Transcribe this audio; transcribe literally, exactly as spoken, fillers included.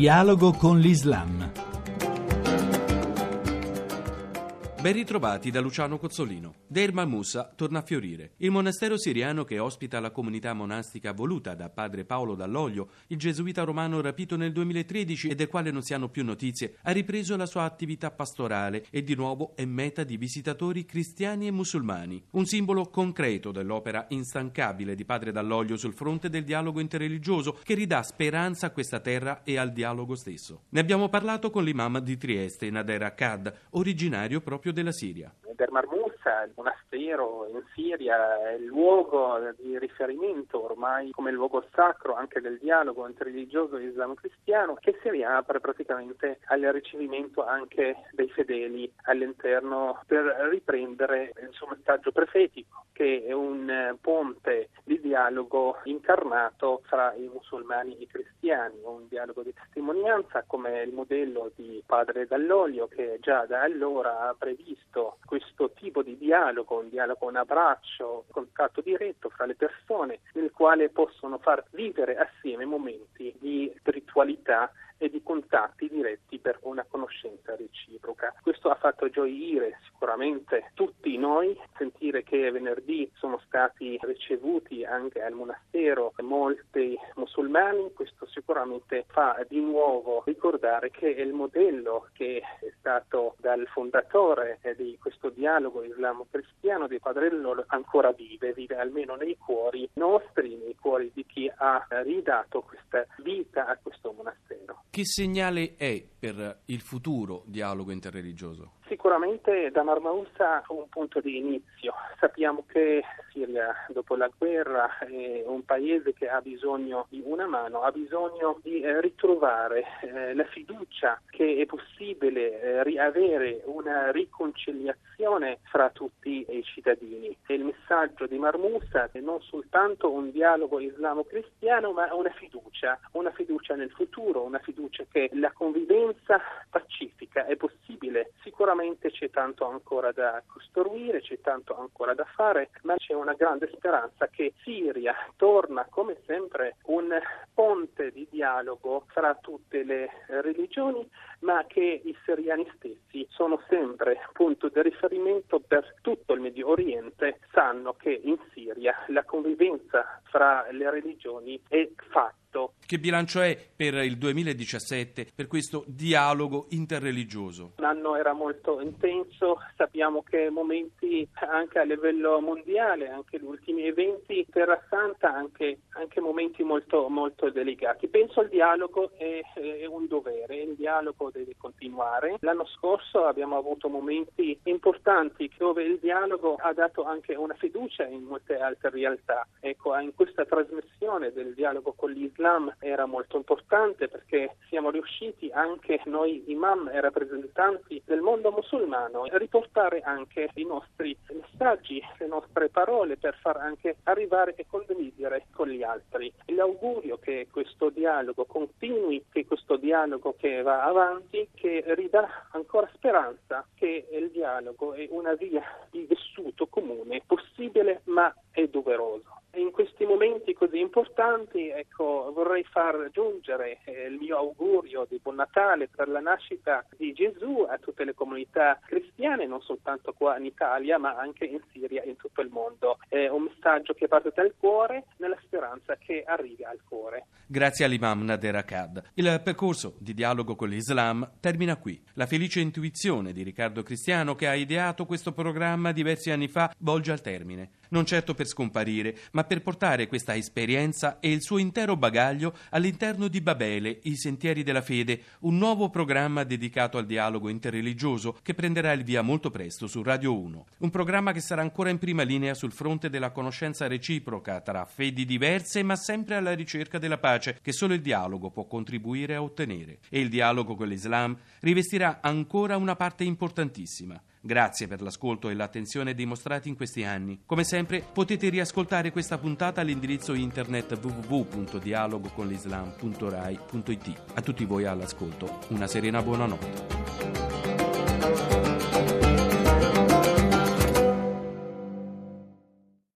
Dialogo con l'Islam. Ben ritrovati da Luciano Cozzolino. Deir Malmusa torna a fiorire. Il monastero siriano che ospita la comunità monastica voluta da padre Paolo Dall'Oglio, il gesuita romano rapito nel duemilatredici e del quale non si hanno più notizie, ha ripreso la sua attività pastorale e di nuovo è meta di visitatori cristiani e musulmani. Un simbolo concreto dell'opera instancabile di padre Dall'Oglio sul fronte del dialogo interreligioso che ridà speranza a questa terra e al dialogo stesso. Ne abbiamo parlato con l'imam di Trieste, Nader Akkad, originario proprio della Siria. Deir Malmusa, il monastero in Siria, è il luogo di riferimento ormai come luogo sacro anche del dialogo interreligioso islamo-cristiano, che si riapre praticamente al ricevimento anche dei fedeli all'interno per riprendere il suo messaggio profetico, che è un ponte di dialogo incarnato fra i musulmani e i cristiani, un dialogo di testimonianza come il modello di padre Dall'Oglio, che già da allora ha previsto questo tipo di dialogo, un dialogo, un abbraccio, un contatto diretto fra le persone, nel quale possono far vivere assieme momenti di spiritualità e di contatti diretti per una conoscenza reciproca. Questo ha fatto gioire sicuramente tutti noi, sentire che venerdì sono stati ricevuti anche al monastero molti musulmani. Questo sicuramente fa di nuovo ricordare che il modello che è stato dal fondatore di questo dialogo islamo-cristiano di padre Dall'Oglio ancora vive, vive almeno nei cuori nostri, nei cuori di chi ha ridato questa vita a questo monastero. Che segnale è per il futuro dialogo interreligioso? Sicuramente da Malmusa un punto di inizio. Sappiamo che Siria dopo la guerra è un paese che ha bisogno di una mano, ha bisogno di eh, ritrovare eh, la fiducia che è possibile eh, riavere una riconciliazione fra tutti i cittadini. E il messaggio di Malmusa è non soltanto un dialogo islamo-cristiano, ma una fiducia, una fiducia nel futuro, una fiducia che la convivenza pacifica è possibile. Sicuramente c'è tanto ancora da costruire, c'è tanto ancora da fare, ma c'è una grande speranza che Siria torna come sempre un ponte di dialogo fra tutte le religioni, ma che i siriani stessi sono sempre punto di riferimento per tutto il Medio Oriente, sanno che in Siria la convivenza fra le religioni è fatta. Che bilancio è per il duemiladiciassette per questo dialogo interreligioso? L'anno era molto intenso, sappiamo che momenti anche a livello mondiale, anche gli ultimi eventi, Terra Santa, anche, anche momenti molto, molto delicati. Penso il dialogo è, è un dovere, il dialogo deve continuare. L'anno scorso abbiamo avuto momenti importanti dove il dialogo ha dato anche una fiducia in molte altre realtà. Ecco, in questa trasmissione del dialogo con l'Islam era molto importante perché siamo riusciti anche noi imam e rappresentanti del mondo musulmano a riportare anche i nostri messaggi, le nostre parole per far anche arrivare e condividere con gli altri. L'augurio che questo dialogo continui, che questo dialogo che va avanti, che ridà ancora speranza che il dialogo è una via di vissuto comune, possibile ma è doveroso. In questi momenti così importanti, ecco, vorrei far giungere eh, il mio augurio di buon Natale per la nascita di Gesù a tutte le comunità cristiane, non soltanto qua in Italia, ma anche in Siria e in tutto il mondo. È un messaggio che parte dal cuore, nella speranza che arrivi al cuore. Grazie all'imam Nader Akkad. Il percorso di dialogo con l'Islam termina qui. La felice intuizione di Riccardo Cristiano, che ha ideato questo programma diversi anni fa, volge al termine. Non certo per scomparire, ma per portare questa esperienza e il suo intero bagaglio all'interno di Babele, i Sentieri della Fede, un nuovo programma dedicato al dialogo interreligioso che prenderà il via molto presto su Radio uno. Un programma che sarà ancora in prima linea sul fronte della conoscenza reciproca tra fedi diverse, ma sempre alla ricerca della pace che solo il dialogo può contribuire a ottenere. E il dialogo con l'Islam rivestirà ancora una parte importantissima. Grazie per l'ascolto e l'attenzione dimostrati in questi anni. Come sempre potete riascoltare questa puntata all'indirizzo internet w w w punto dialogo con l'islam punto rai punto it. A tutti voi all'ascolto una serena buonanotte.